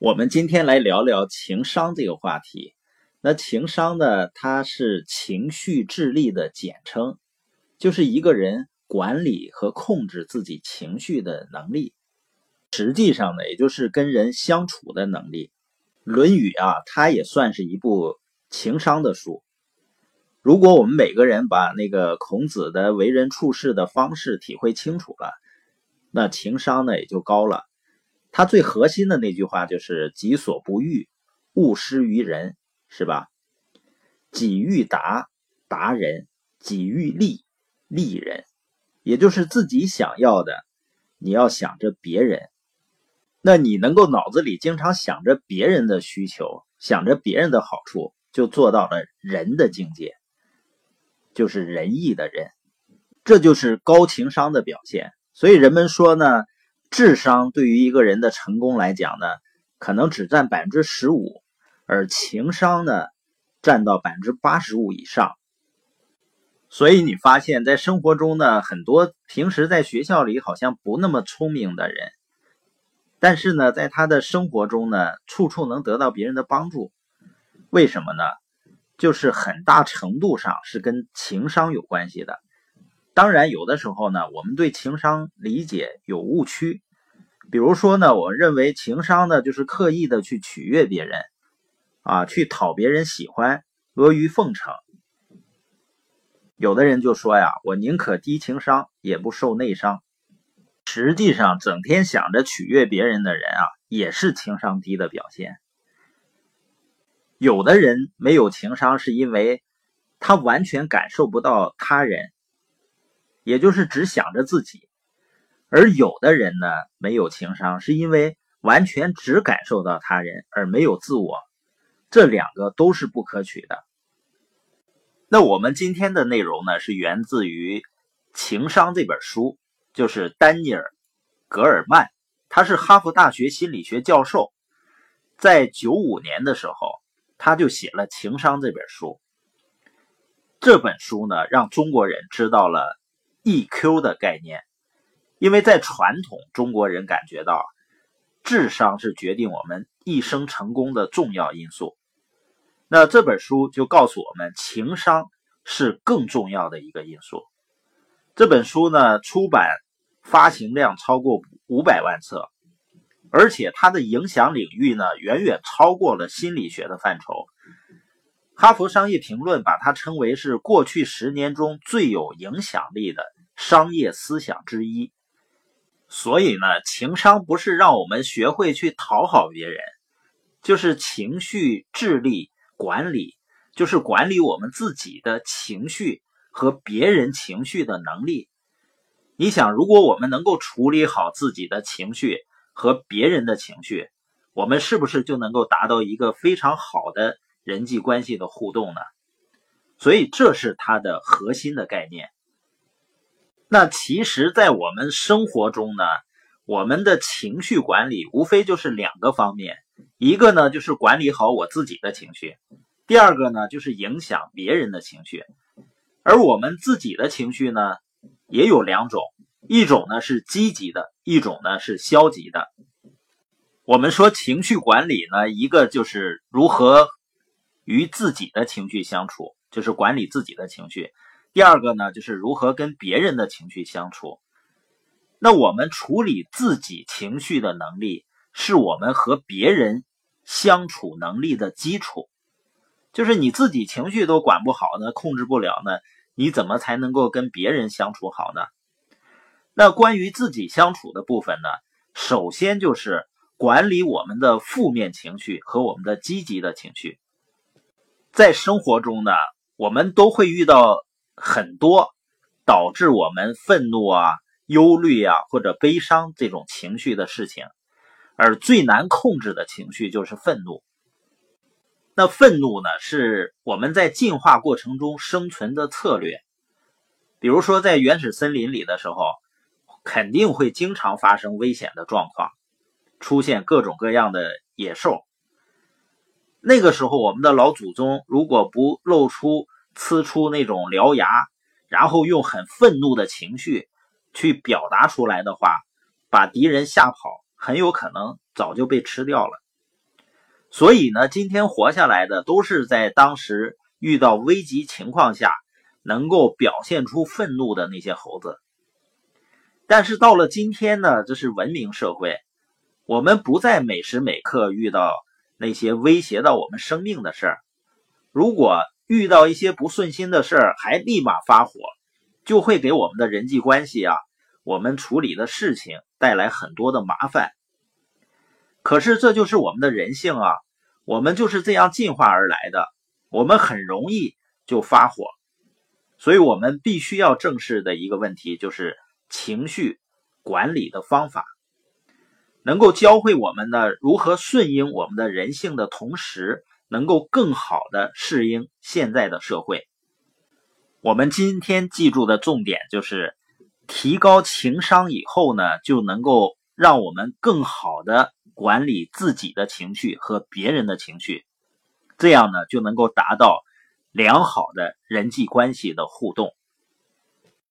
我们今天来聊聊情商这个话题。那情商呢，它是情绪智力的简称，就是一个人管理和控制自己情绪的能力。实际上呢，也就是跟人相处的能力。论语啊，它也算是一部情商的书。如果我们每个人把那个孔子的为人处事的方式体会清楚了，那情商呢也就高了。他最核心的那句话就是己所不欲，勿施于人，是吧？己欲达，达人；己欲利，利人。也就是自己想要的，你要想着别人。那你能够脑子里经常想着别人的需求，想着别人的好处，就做到了人的境界，就是仁义的人。这就是高情商的表现。所以人们说呢，智商对于一个人的成功来讲呢，可能只占 15%， 而情商呢占到 85% 以上。所以你发现在生活中呢，很多平时在学校里好像不那么聪明的人，但是呢在他的生活中呢，处处能得到别人的帮助。为什么呢？就是很大程度上是跟情商有关系的。当然有的时候呢，我们对情商理解有误区。比如说呢，我认为情商呢就是刻意的去取悦别人去讨别人喜欢，阿谀奉承。有的人就说呀，我宁可低情商也不受内伤。实际上整天想着取悦别人的人也是情商低的表现。有的人没有情商是因为他完全感受不到他人，也就是只想着自己。而有的人呢，没有情商是因为完全只感受到他人而没有自我。这两个都是不可取的。那我们今天的内容呢，是源自于《情商》这本书，就是丹尼尔·格尔曼，他是哈佛大学心理学教授。在95年的时候，他就写了《情商》这本书。这本书呢，让中国人知道了 EQ 的概念。因为在传统中国人感觉到，智商是决定我们一生成功的重要因素。那这本书就告诉我们，情商是更重要的一个因素。这本书呢，出版发行量超过500万册，而且它的影响领域呢，远远超过了心理学的范畴。哈佛商业评论把它称为是过去10年中最有影响力的商业思想之一。所以呢，情商不是让我们学会去讨好别人，就是情绪智力管理，就是管理我们自己的情绪和别人情绪的能力。你想，如果我们能够处理好自己的情绪和别人的情绪，我们是不是就能够达到一个非常好的人际关系的互动呢？所以这是它的核心的概念。那其实在我们生活中呢，我们的情绪管理无非就是2个方面。一个呢就是管理好我自己的情绪，第二个呢就是影响别人的情绪。而我们自己的情绪呢也有2种，一种呢是积极的，一种呢是消极的。我们说情绪管理呢，一个就是如何与自己的情绪相处，就是管理自己的情绪。第二个呢，就是如何跟别人的情绪相处。那我们处理自己情绪的能力，是我们和别人相处能力的基础。就是你自己情绪都管不好呢，控制不了呢，你怎么才能够跟别人相处好呢？那关于自己相处的部分呢，首先就是管理我们的负面情绪和我们的积极的情绪。在生活中呢，我们都会遇到很多导致我们愤怒忧虑或者悲伤这种情绪的事情，而最难控制的情绪就是愤怒。那愤怒呢，是我们在进化过程中生存的策略。比如说在原始森林里的时候，肯定会经常发生危险的状况，出现各种各样的野兽。那个时候我们的老祖宗如果不呲出那种獠牙，然后用很愤怒的情绪去表达出来的话，把敌人吓跑，很有可能早就被吃掉了。 所以呢，今天活下来的都是在当时遇到危急情况下能够表现出愤怒的那些猴子。但是到了今天呢，这是文明社会，我们不再每时每刻遇到那些威胁到我们生命的事儿。如果遇到一些不顺心的事儿还立马发火，就会给我们的人际关系啊，我们处理的事情带来很多的麻烦。可是这就是我们的人性啊，我们就是这样进化而来的，我们很容易就发火。所以我们必须要正视的一个问题就是情绪管理的方法，能够教会我们呢如何顺应我们的人性的同时，能够更好的适应现在的社会。我们今天记住的重点就是提高情商以后呢，就能够让我们更好的管理自己的情绪和别人的情绪，这样呢就能够达到良好的人际关系的互动。